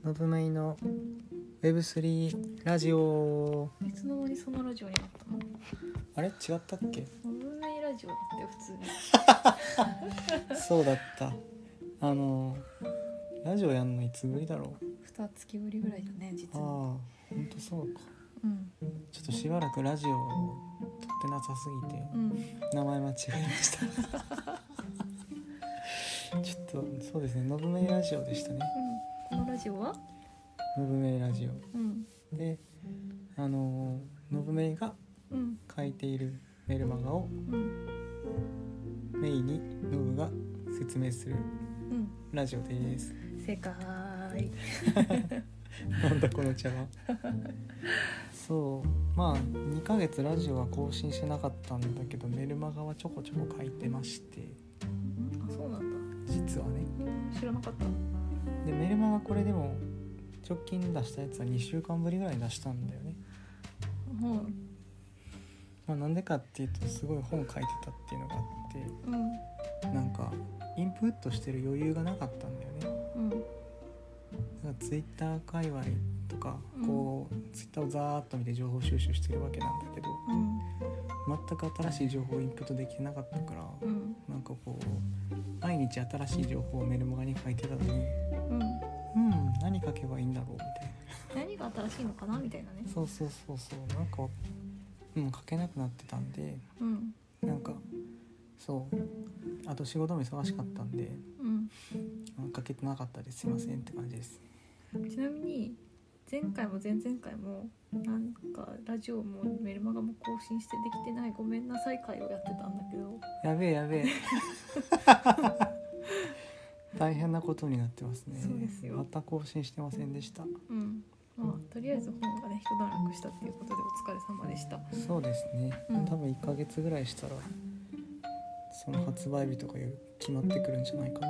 のぶめいの Web3 ラジオ。 いつの間にそのラジオになったの？ あれ違ったっけ？ のぶめいラジオだって普通にそうだった。ラジオやんのいつぶりだろう。 2月ぶりぐらいだね実ああ、 は。 ほんとそうか。ちょっとしばらくラジオを撮ってなさすぎて、名前間違えましたちょっとそうですね、のぶめいラジオでしたね。 このラジオはのぶめいラジオ、でのぶめいが書いているメルマガを、メイにのぶが説明するラジオです。 正解なんだこの茶はそうまあ2ヶ月ラジオは更新してなかったんだけど、メルマガはちょこちょこ書いてまして。 あ、そうなんだ。 実はね、 知らなかった。 でメルマガこれでも直近出したやつは2週間ぶりぐらいに出したんだよね。まあ、なんでかっていうと、すごい本書いてたっていうのがあって、なんかインプットしてる余裕がなかったんだよね。ツイッター界隈とかこう、ツイッターをざーっと見て情報収集してるわけなんだけど、全く新しい情報をインプットできてなかったから、なんかこう毎日新しい情報をメルマガに書いてたのに、何書けばいいんだろうみたいな、 何が新しいのかなみたいなね。 そうなんか、書けなくなってたんで、なんかそうあと仕事も忙しかったんで、書けてなかったです、すいませんって感じです。 ちなみに前回も前々回もなんかラジオもメルマガも更新してできてないごめんなさい会をやってたんだけど、 やべえ大変なことになってますね。 そうですよ。 また更新してませんでした。 まあとりあえず本がね一段落したっていうことでお疲れ様でした。 そうですね、多分1ヶ月ぐらいしたらその発売日とか決まってくるんじゃないかな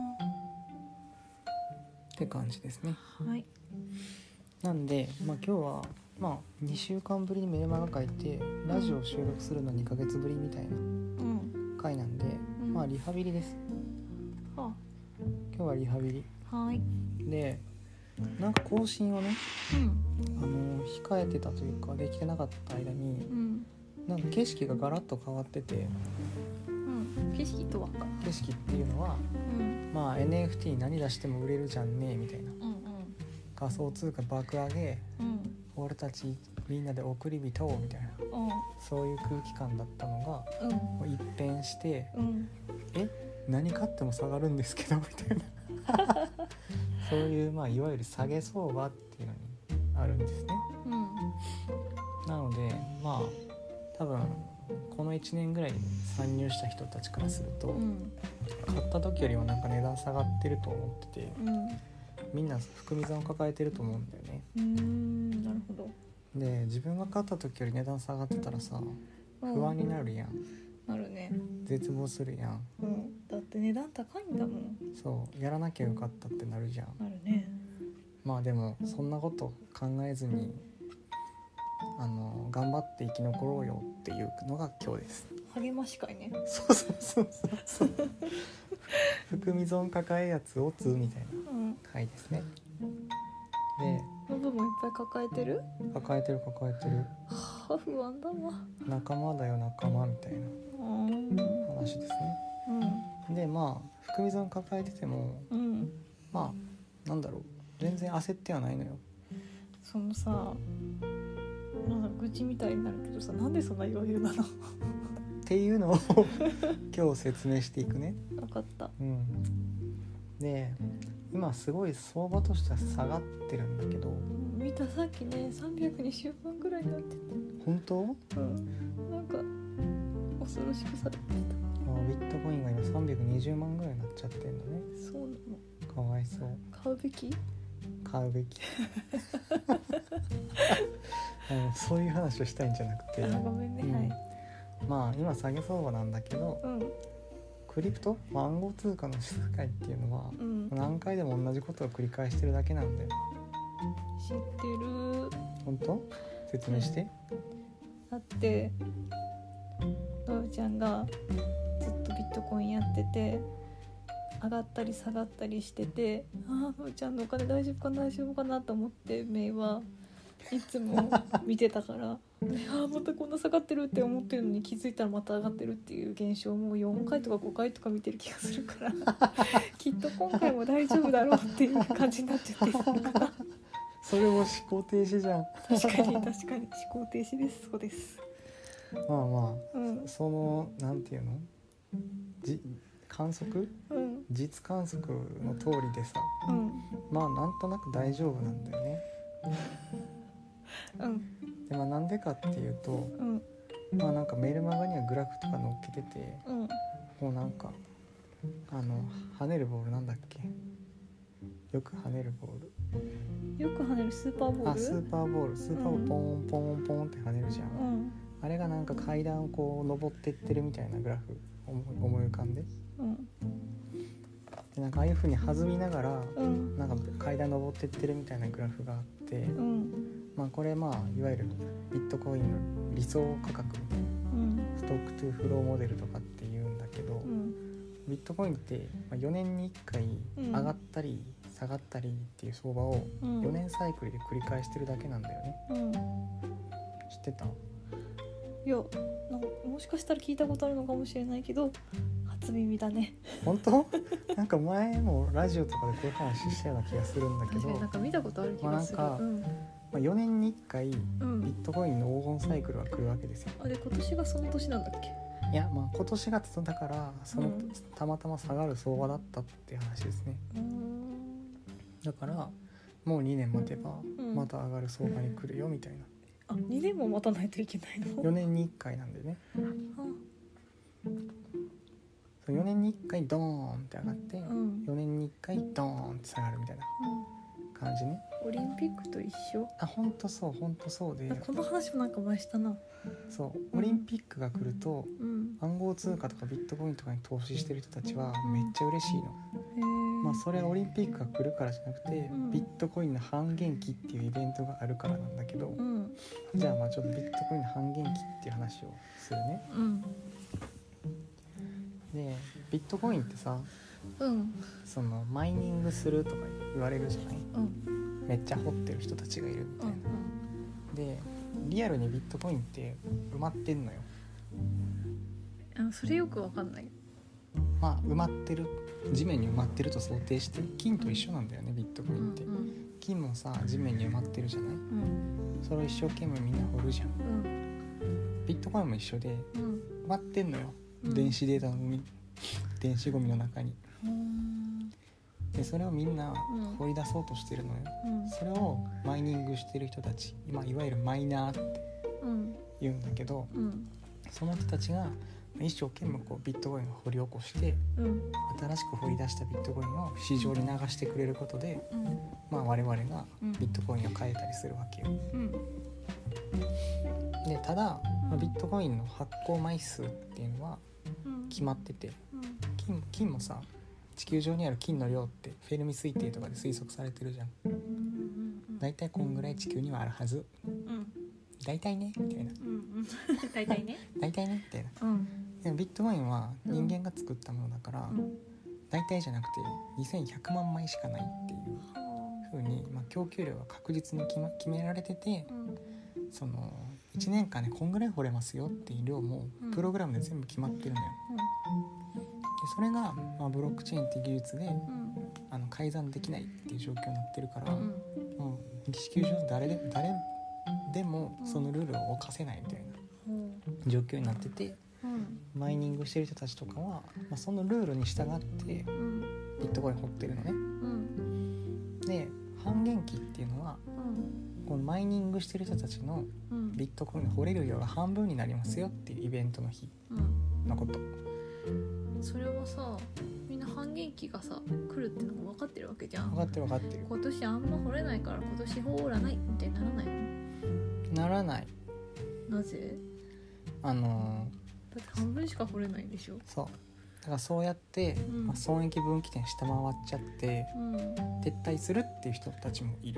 って感じですね。 はい。 なんで、今日は2週間ぶりにメルマガ書いてラジオを収録するの2ヶ月ぶりみたいな回なんで、リハビリです。今日はリハビリ。で、なんか更新をね、控えてたというかできてなかった間に、なんか景色がガラッと変わってて、 景色とは景色っていうのは、NFT 何出しても売れるじゃんねみたいな、仮想通貨爆上げ、俺たちみんなで送り人みたいな、そういう空気感だったのが、もう一変して、何買っても下がるんですけどみたいなそういういわゆる下げ相場っていうのにあるんですね。なので多分この1年ぐらい参入した人たちからすると、買った時よりはなんか値段下がってると思ってて、みんな含み損を抱えてると思うんだよね。 なるほど。 で、自分が買った時より値段下がってたらさ、不安になるやん。 なるね。 絶望するやん。 だって値段高いんだもん。 そうやらなきゃよかったってなるじゃん。 なるね。 でもそんなこと考えずに頑張って生き残ろうよっていうのが今日です。 励まし会ね。 そう含み損抱えやつをつみたいな回ですね。で、 ノブもいっぱい抱えてる？ 抱えてる。 不安だわ。 仲間だよ仲間みたいな話ですね。で含み損抱えてても、なんだろう、全然焦ってはないのよ。 そのさ、愚痴みたいになるけどさ、なんでそんな余裕なのっていうのを今日説明していくね。 分かった。 で、今すごい相場としては下がってるんだけど、 見た、さっきね320万ぐらいになってた。 本当？ なんか恐ろしくされてた。 ビットコインが今320万ぐらいになっちゃってんのね。 そうなの。 かわいそう。 買うべきそういう話をしたいんじゃなくて、 ごめんね。 今下げ相場なんだけど、クリプト暗号通貨の世界っていうのは、何回でも同じことを繰り返してるだけなんだよ。 知ってる。 本当？説明して。 だってノブちゃんがずっとビットコインやってて、 上がったり下がったりしてて、あむーちゃんのお金大丈夫かなと思ってメイはいつも見てたからまたこんな下がってるって思ってるのに気づいたらまた上がってるっていう現象も4回とか5回とか見てる気がするからきっと今回も大丈夫だろうっていう感じになっちゃってるからそれも思考停止じゃん。 確かに思考停止です。そうです。 まあまあ、 うん、 そのなんていうの観測、 うん、 実観測の通りでさ、 うん、 まあなんとなく大丈夫なんだよね。 うん、 でまあなんでかっていうと、 うん、 まあなんかメールマガにはグラフとか載っけてて、 うん、 もうなんか跳ねるボールなんだっけ、よく跳ねるボール、 よく跳ねるスーパーボール、 スーパーボールポンポンポンって跳ねるじゃん、 うん、 あれがなんか階段をこう登ってってるみたいなグラフ思い浮かんで、 うん、 でなんかああいう風に弾みながら、 うん、 なんか階段登ってってるみたいなグラフがあって、 うん、 まあこれまあいわゆるビットコインの理想価格みたいな、 うん、 ストックトゥフローモデルとかって言うんだけど、 うん、 ビットコインって4年に1回上がったり下がったりっていう相場を4年サイクルで繰り返してるだけなんだよね、 うん、 知ってた？ いやなんかもしかしたら聞いたことあるのかもしれないけど初耳だね。 本当？なんか前もラジオとかでこういう話したような気がするんだけど、 確かになんか見たことある気がする、 まあなんかうん 4年に1回ビうん、 ットコインの黄金サイクルが来るわけですよ。 あれ今年がその年なんだっけ？ いやまあ今年がだからその、 うん、 たまたま下がる相場だったっていう話ですね。だからもう2年待てばまた上がる相場に来るよみたいな、 あ2年も待たないといけないの 4年に1回なんでね、そう4年に1回ドーンって上がって、 うん、 4年に1回ドーンって下がるみたいな感じね。 オリンピックと一緒。 あ本当そうで、 この話もなんか前したな。 そうオリンピックが来ると、 うん、 暗号通貨とかビットコインとかに投資してる人たちはめっちゃ嬉しいの、まあそれはオリンピックが来るからじゃなくて、 うん、 ビットコインの半減期っていうイベントがあるからなんだけど、 うん、 じゃあまあちょっとビットコインの半減期っていう話をするね。 うん、 でビットコインってさ、 うん、 そのマイニングするとか言われるじゃない、 うん、 めっちゃ掘ってる人たちがいるみたいな、でリアルにビットコインって埋まってんのよ。 それよくわかんない。 まあ埋まってる、地面に埋まってると想定して金と一緒なんだよねビットコインって、金もさ地面に埋まってるじゃない、それを一生懸命みんな掘るじゃん、ビットコインも一緒で埋まってんのよ、電子データの海、電子ゴミの中に、でそれをみんな掘り出そうとしてるのよ、それをマイニングしてる人たち、今いわゆるマイナーって言うんだけど、その人たちが一生懸命こうビットコインを掘り起こして、新しく掘り出したビットコインを市場に流してくれることで、まあ我々がビットコインを買えたりするわけよ、でただ、ビットコインの発行枚数っていうのは決まってて、金もさ地球上にある金の量ってフェルミ推定とかで推測されてるじゃん、だいたいこんぐらい地球にはあるはず、だいたいねみたいな、 だいたいねだいたいねみたいな、でもビットコインは人間が作ったものだから、だいたいじゃなくて2100万枚しかないっていう風に、供給量が確実に決められてて、その1年間でこんぐらい掘れますよっていう量もプログラムで全部決まってるのよ、でそれが、ブロックチェーンっていう技術で、改ざんできないっていう状況になってるから、地球上の誰でもそのルールを犯せないみたいな状況になってて、マイニングしてる人たちとかは、そのルールに従ってビットコイン掘ってるのね、で半減期っていうのは、このマイニングしてる人たちのビットコインの掘れる量が半分になりますよっていうイベントの日のこと、 それはさみんな半減期がさ来るってのも分かってるわけじゃん。 分かってる今年あんま掘れないから今年掘らないみたいにならないの？ ならない。 なぜ？だって半分しか掘れないんでしょ。 そうだからそうやって、損益分岐点下回っちゃって、撤退するっていう人たちもいる、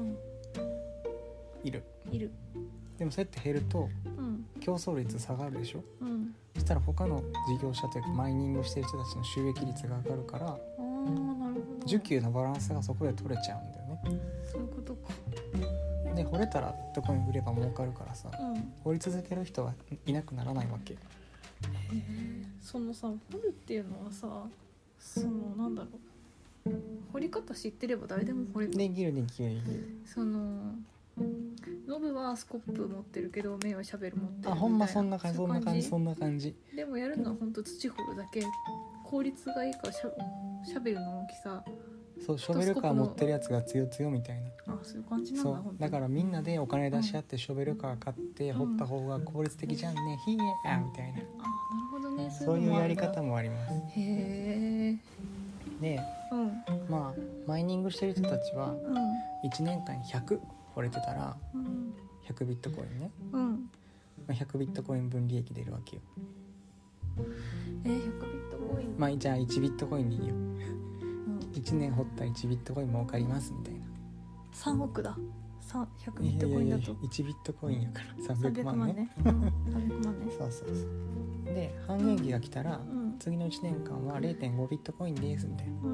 いるでもそうやって減ると、競争率下がるでしょ、そしたら他の事業者というかマイニングしてる人たちの収益率が上がるから、 なるほど。 需給のバランスがそこで取れちゃうんだよね。 そういうことか。 で掘れたらビットコイン売れば儲かるからさ、掘り続ける人はいなくならないわけ。 そのさ掘るっていうのはさ、そのなんだろう、掘り方知ってれば誰でも掘れる。 できる。 そのノブはスコップ持ってるけどメイはシャベル持ってるみたいな。 ほんまそんな感じ。 でもやるのはほんと土掘るだけ。効率がいいからシャベルの大きさ、 そうショベルカー持ってるやつが強みたいな。 そういう感じなんだ。 そうだからみんなでお金出し合ってショベルカー買って掘った方が効率的じゃんね、ひえやみたいな。 なるほどね。 そういうやり方もあります。 へえ。 で、まあマイニングしてる人たちは1年間に100掘れてたら100ビットコインね、100ビットコイン分利益出るわけよ。 100ビットコイン、 まあじゃあ1ビットコインでいいよ。1年掘った1ビットコイン儲かりますみたいな。 3億だ。100ビットコインだと 1ビットコインやから300万ね。 300万ね。 そうで半減期が来たら、次の1年間は 0.5 ビットコインですみたいな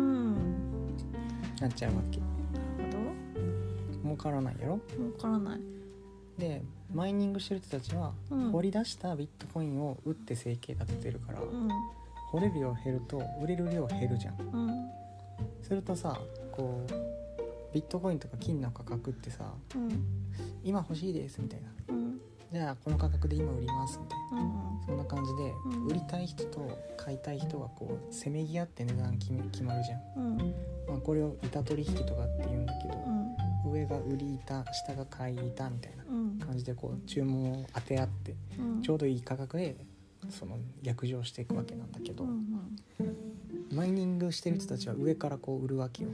なっちゃうわけ。 なるほど。 儲からないやろ。 儲からない。 でマイニングしてる人たちは、掘り出したビットコインを売って生計立ててるから、掘れる量減ると売れる量減るじゃん。するとさ、こうビットコインとか金の価格ってさ、今欲しいですみたいな、じゃあこの価格で今売りますみたいな、そんな感じで、売りたい人と買いたい人がこうせめぎ合って値段決まるじゃん。まあ、これを板取引とかって言うんだけど、上が売り板下が買い板みたいな感じでこう注文を当て合って、ちょうどいい価格でその約定していくわけなんだけど、マイニングしてる人たちは上からこう売るわけよ。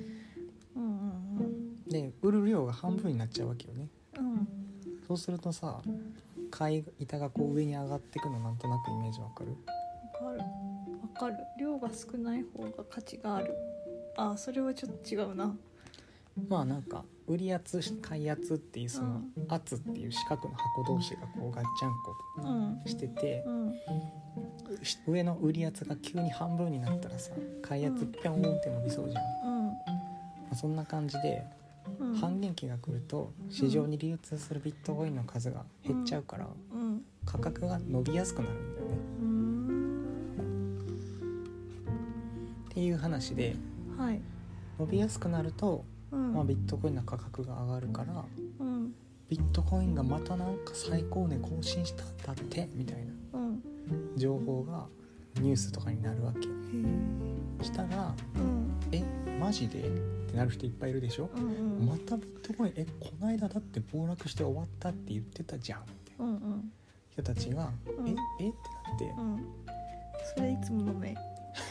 で売る量が半分になっちゃうわけよね。そうするとさ、買い板がこう上に上がっていくのなんとなくイメージわかる？ わかる。量が少ない方が価値がある。それはちょっと違うな。 まあなんか売り圧買い圧っていうその圧っていう四角の箱同士がこうガッチャンコしてて、上の売り圧が急に半分になったらさ、買い圧ピョーンって伸びそうじゃん。そんな感じで、半減期が来ると市場に流通するビットコインの数が減っちゃうから、価格が伸びやすくなるんだよね。っていう話で、伸びやすくなると、ビットコインの価格が上がるから、ビットコインがまたなんか最高値更新したんだってみたいな情報がニュースとかになるわけ。したら、マジでってなる人いっぱいいるでしょ。またビットコインこないだだって暴落して終わったって言ってたじゃんって、人たちがってなって、 それいつもの目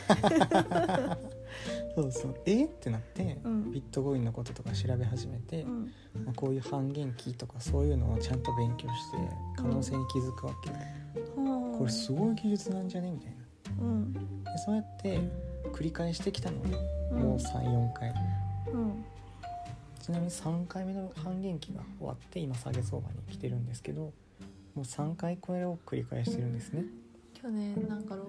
そうってなって、ビットコインのこととか調べ始めて、こういう半減期とかそういうのをちゃんと勉強して可能性に気づくわけ。これすごい技術なんじゃねみたいな、でそうやって繰り返してきたの、もう 3,4 回、ちなみに3回目の半減期が終わって今下げ相場に来てるんですけど、もう3回これを繰り返してるんですね。 去年なんか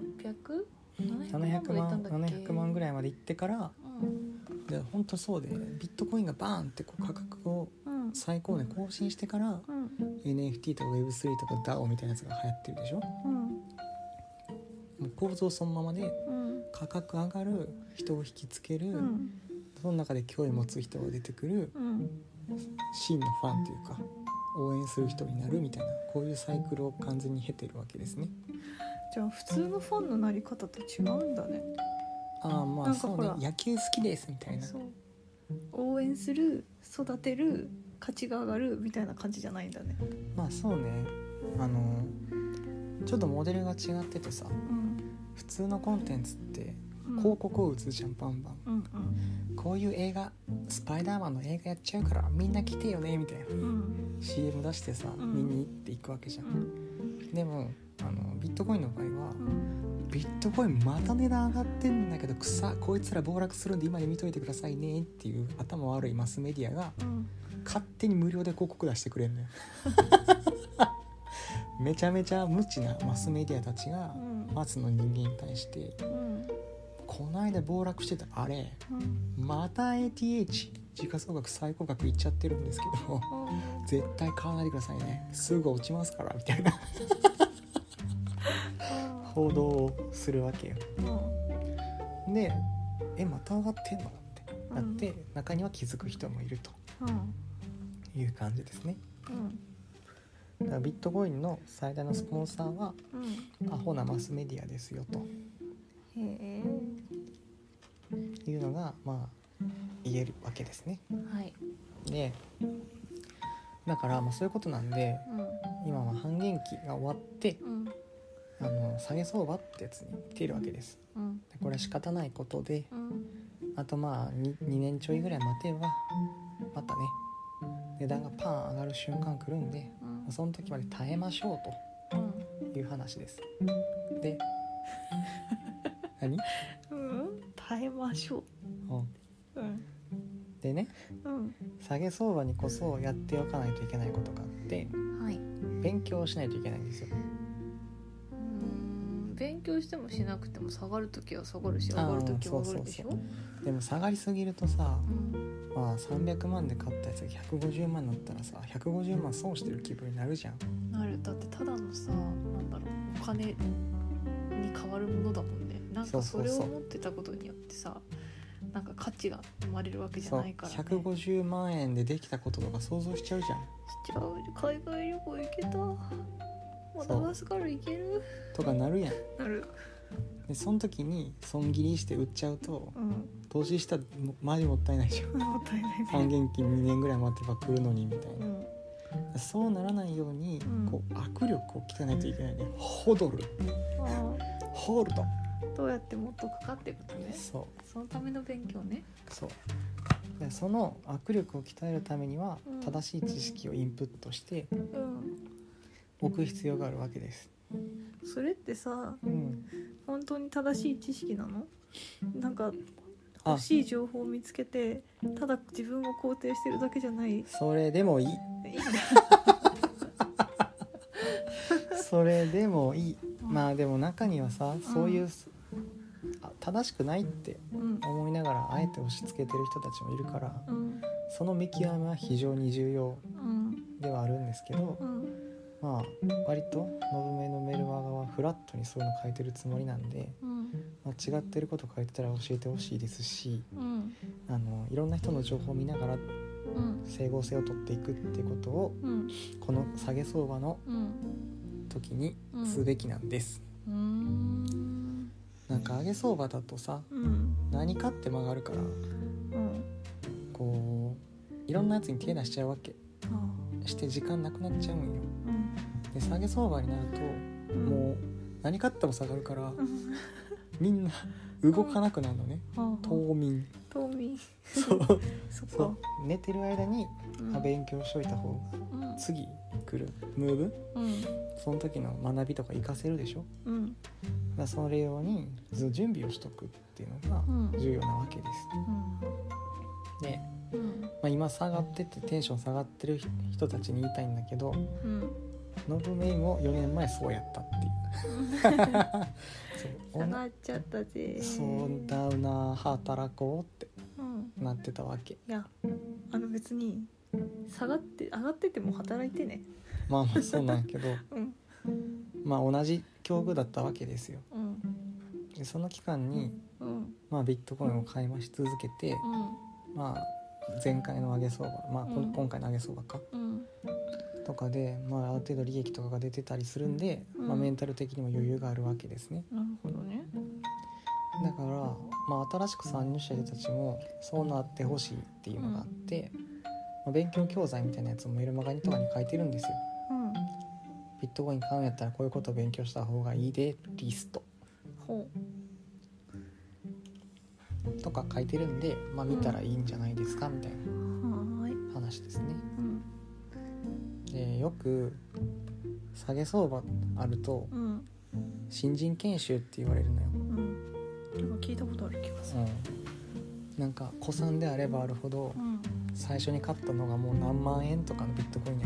700万ぐらいまで行ってから、で本当そうで、ビットコインがバーンってこう価格を最高値更新してから、NFT とか Web3 とか DAO みたいなやつが流行ってるでしょ。もう構造そのままで、価格上がる、人を引きつける、その中で興味持つ人が出てくる、真のファンというか応援する人になるみたいな、こういうサイクルを完全に経てるわけですね。 じゃあ普通のファンのなり方と違うんだね。 まあそうね、野球好きですみたいな、 応援する、育てる、価値が上がるみたいな感じじゃないんだね。 まあそうね、ちょっとモデルが違っててさ、普通のコンテンツって広告を打つじゃん、バンバン、こういう映画、スパイダーマンの映画やっちゃうからみんな来てよねみたいな、CM 出してさ、見に行っていくわけじゃん。でもビットコインの場合は、ビットコインまた値段上がってんだけどこいつら暴落するんで今に見といてくださいねっていう頭悪いマスメディアが、勝手に無料で広告出してくれるのよめちゃめちゃ無知なマスメディアたちが、マスの人間に対して、ここの間暴落してたあれ、また ATH 時価総額最高額いっちゃってるんですけど、絶対買わないでくださいね、すぐ落ちますからみたいな報道をするわけよ。でまた上がってんのってなって、中には気づく人もいるという感じですね。だからビットコインの最大のスポンサーは、アホなマスメディアですよというのがまあ言えるわけですね。 はい、 でだからまあそういうことなんで、今は半減期が終わって、下げ相場ってやつに来ているわけです。でこれは仕方ないことで、あとまあ 2年ちょいぐらい待てばまたね値段がパーン上がる瞬間来るんで、その時まで耐えましょうという話です。で何？ 耐えましょう。 でね、下げ相場にこそやっておかないといけないことがあって、勉強しないといけないんですよ。 勉強してもしなくても下がるときは下がるし上がるときは上がるでしょ。 でも下がりすぎるとさ、まあ300万で買ったやつが150万になったらさ、150万損してる気分になるじゃん。 なる。だってただのさ、なんだろう、お金に変わるものだもんね。なんかそれを持ってたことによってさ、なんか価値が生まれるわけじゃないからね。 150万円でできたこととか想像しちゃうじゃん。しちゃう。海外旅行行けた、マダガスカル行けるとかなるやん。 なる。 でその時に損切りして売っちゃうと、投資したらマジもったいないじゃん。 もったいないね。 半減期2年ぐらい待てば来るのにみたいな、そうならないように、こう握力を鍛えないといけないね。ホルドどうやって持っとくかってことね。そのための勉強ね。 でその握力を鍛えるためには、正しい知識をインプットして、置く必要があるわけです。 それってさ、本当に正しい知識なの？なんか欲しい情報を見つけて、ただ自分を肯定してるだけじゃない？ それでもいい。それでもいい。まあでも中にはさ、そういう、正しくないって思いながらあえて押し付けてる人たちもいるから、その見極めは非常に重要ではあるんですけど、まあ割とのぶめのメルマガはフラットにそういうの書いてるつもりなんで、間違ってること書いてたら教えてほしいですし、いろんな人の情報を見ながら整合性を取っていくっていうことを、この下げ相場の時にすべきなんです。なんか上げ相場だとさ、何かって曲がるから、こういろんなやつに手出しちゃうわけ、して時間なくなっちゃうんよ。で下げ相場になると、もう何かっても下がるから、みんな動かなくなるのね。冬眠そう寝てる間に、勉強しといた方が、次来るムーブ、その時の学びとか活かせるでしょ。だそれ用に準備をしとくっていうのが重要なわけです。で、今下がっててテンション下がってる人たちに言いたいんだけど、ノブメインも4年前そうやったっていう下がっちゃったぜ。 そうダウナー働こうってなってたわけ。 いや別に上がってても働いてね。 まあそうなんやけど、まあ同じ境遇だったわけですよ。でその期間に、ビットコインを買い増し続けて、前回の上げ相場、今回の上げ相場か、とかで、ある程度利益とかが出てたりするんで、メンタル的にも余裕があるわけですね。 なるほどね。 だから、新しく参入した人たちもそうなってほしいっていうのがあって、勉強教材みたいなやつもメルマガとかに書いてるんですよ。ビットコイン買うんやったらこういうことを勉強した方がいいでリストとか書いてるんで、見たらいいんじゃないですかみたいな話ですね。でよく下げ相場あると、新人研修って言われるのよ。 聞いたことある気がする。 なんか古参であればあるほど、最初に買ったのがもう何万円とかのビットコインや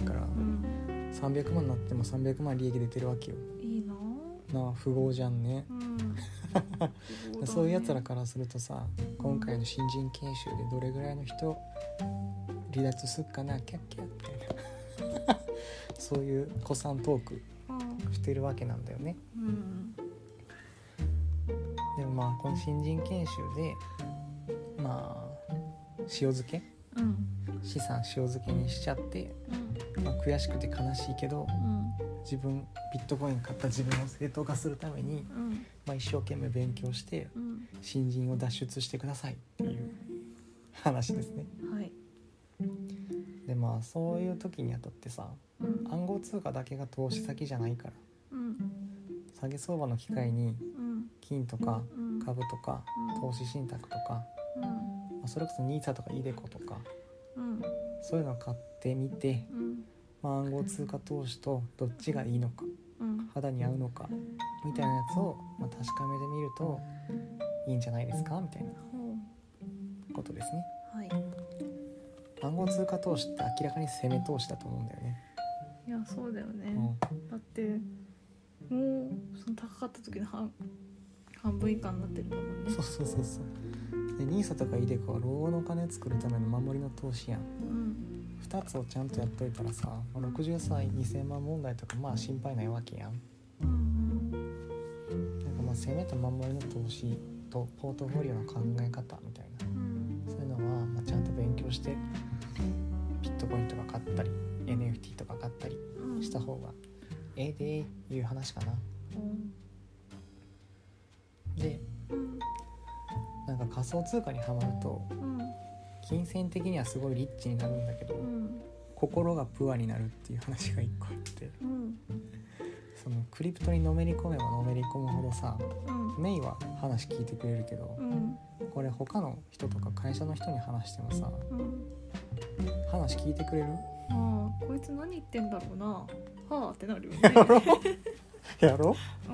から、300万になっても300万利益出てるわけよ。 いいな富豪じゃんね。 そういうやつらからするとさ、今回の新人研修でどれぐらいの人離脱すっかな、キャッキャッみたいなそういう古参トークしてるわけなんだよね、うん、でもまあこの新人研修でまあ塩漬け、うん、資産塩漬けにしちゃって、うん、まあ、悔しくて悲しいけど、うん、ビットコイン買った自分を正当化するために、うん、まあ、一生懸命勉強して、うん、新人を脱出してくださいっていう話ですね、はい、でまあそういう時にあたってさ、うん、暗号通貨だけが投資先じゃないから、うん、下げ相場の機会に金とか株とか投資信託とか、うん、まあ、それこそ NISA とかiDeCoとか、うん、そういうのを買ってみて、うん、まあ、暗号通貨投資とどっちがいいのか、うん、肌に合うのかみたいなやつを、まあ、確かめてみるといいんじゃないですかみたいなことですね、はい、暗号通貨投資って明らかに攻め投資だと思うんだよね。 いやそうだよね、うん、だってもうその高かった時の半分以下になってるんだもんね。 そうで NISA とかiDeCoは老後のお金作るための守りの投資やん、うん、2つをちゃんとやっといたらさ、60歳2000万問題とかまあ心配ないわけやん、うん、なんかまあ攻めた守りの投資とポートフォリオの考え方みたいな、うん、そういうのはまあちゃんと勉強してビットコインとか買ったり NFT とか買ったりした方がええでいう話かな、うん、でなんか仮想通貨にハマると、うん、金銭的にはすごいリッチになるんだけど、うん、心がプアになるっていう話が一個あって、うん、そのクリプトにのめり込めばのめり込むほどさ、うん、メイは話聞いてくれるけど、うん、これ他の人とか会社の人に話してもさ、うん、話聞いてくれる？ ああ、こいつ何言ってんだろうな、はあってなるよね。 やろ？うん、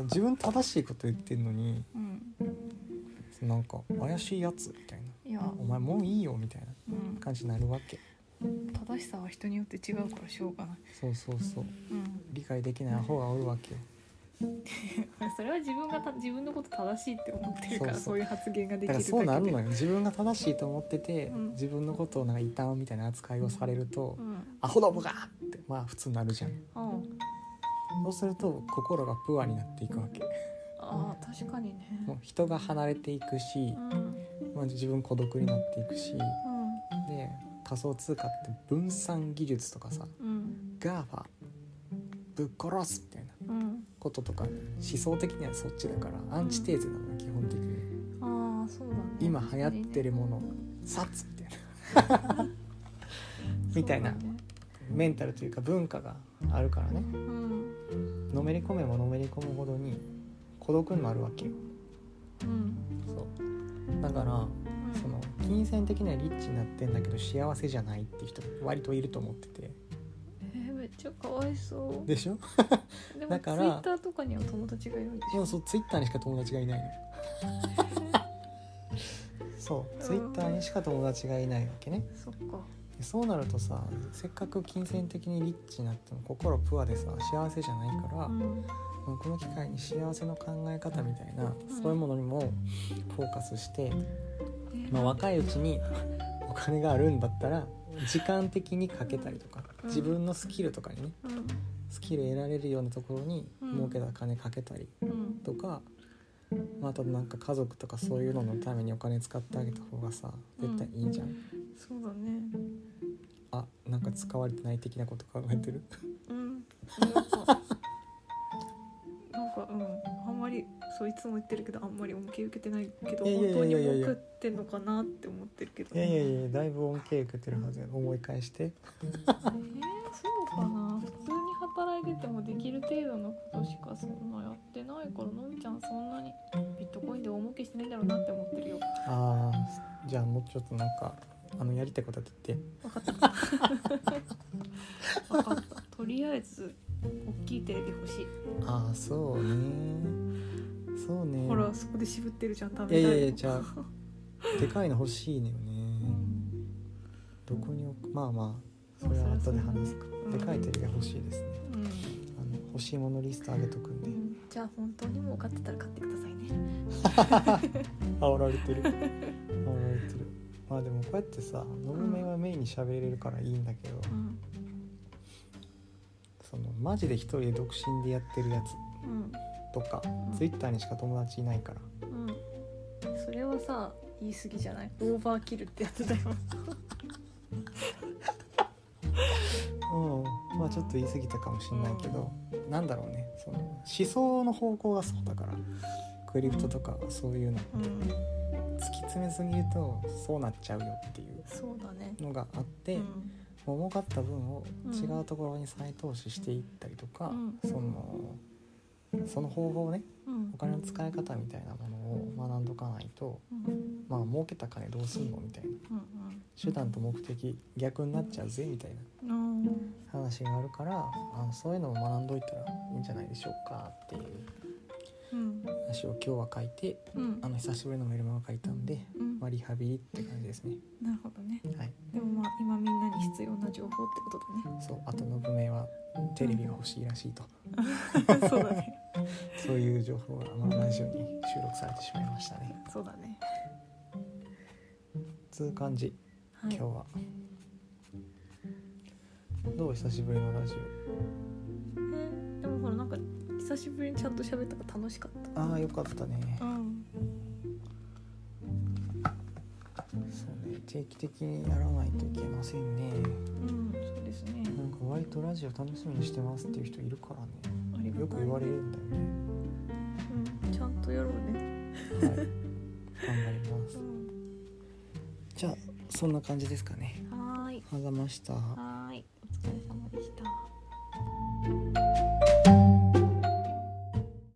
自分正しいこと言ってんのに、うん、なんか怪しいやつみたいな、いやお前もういいよみたいな感じになるわけ、 うん、正しさは人によって違うからしょうがない。 そう、うん、理解できないアホがおるわけよ。 それは自分のこと正しいって思ってるから、そういう発言ができるだけで。 だからそうなるのよ。自分が正しいと思ってて、うん、自分のことをなんか異端みたいな扱いをされると、うん、アホどもがってまあ普通になるじゃん、うん、そうすると心がプアになっていくわけ。 ああ、確かにね。 もう人が離れていくし、うん、まあ、自分孤独になっていくし、うん、で仮想通貨って分散技術とかさ、うん、GAFA ぶっ殺すみたいなこととか、思想的にはそっちだからアンチテーゼなのよ、基本的に。 ああ、そうだね。 今流行ってるもの、殺みたいなみたいな、ね、メンタルというか文化があるからね、うん、のめり込めばのめり込むほどに孤独になるわけよ、うん、そうだから、うん、その金銭的にはリッチになってんだけど幸せじゃないっていう人割といると思ってて。 めっちゃかわいそうでしょでもだからツイッターとかには友達がいるんでしょ。 そう、ツイッターにしか友達がいないのそう、ツイッターにしか友達がいないわけね。 そっか。 そうなるとさ、せっかく金銭的にリッチになっても心プアでさ幸せじゃないから、うん、この機会に幸せの考え方みたいな、そういうものにもフォーカスして、まあ、若いうちにお金があるんだったら時間的にかけたりとか、自分のスキルとかにね、スキル得られるようなところに儲けた金かけたりとか、まあ、あとなんか家族とかそういうののためにお金使ってあげた方がさ絶対いいじゃん、 そうだね。 あ、なんか使われてない的なこと考えてるなんかあんまりそういつも言ってるけどあんまり恩恵受けてないけど、本当に儲かってんのかなって思ってるけど、 いやだいぶ恩恵受けてるはずや。思い返してそうかな。普通に働いててもできる程度のことしかそんなやってないから、のみちゃんそんなにビットコインで大儲けしてないだろうなって思ってるよ。 ああ、じゃあもうちょっとなんかやりたいことやって言って。 分かった分かった。とりあえず大きいテレビ欲しい。 ああ、そうね。 ほらそこで渋ってるじゃん。食べたい。 いやじゃあでかいの欲しいのよね、どこに置く。まあそれは後で話すか。でかいテレビ欲しいですね、欲しいものリスト上げとくんで、 じゃあ本当にもう買ってたら買ってくださいね。 煽られてるまあでもこうやってさのぶめはメインに喋れるからいいんだけど、そのマジで一人で独身でやってるやつとか、ツイッターにしか友達いないから、 それはさ言い過ぎじゃない？オーバーキルってやつだよ。 まあちょっと言い過ぎたかもしれないけど、なんだろうね、その思想の方向がそうだから、クリプトとかそういうのって、突き詰めすぎるとそうなっちゃうよっていうのがあって、儲かった分を違うところに再投資していったりとか、その方法ね、お金の使い方みたいなものを学んどかないと、まあ儲けた金どうすんのみたいな、手段と目的逆になっちゃうぜみたいな話があるから、そういうのを学んどいたらいいんじゃないでしょうかっていう話を今日は書いて、久しぶりのメルマガ書いたんで、リハビリって感じですね。 なるほどね、 はい、 でもまあ今みんなに必要な情報ってことだね。 そう、あとのぶめはテレビが欲しいらしいと、 そうだね。 そういう情報がラジオに収録されてしまいましたね。 そうだね。 つう感じ、今日はどう？久しぶりのラジオ。でもほらなんか久しぶりにちゃんと喋ったから楽しかった。 ああ、よかったね。そうね、定期的にやらないといけませんね。 そうですね。 なんか割とラジオ楽しみにしてますっていう人いるからね。よく言われるんだよね。 ちゃんとやろうね。 はい、頑張ります。じゃあそんな感じですかね。 はい。 あざました。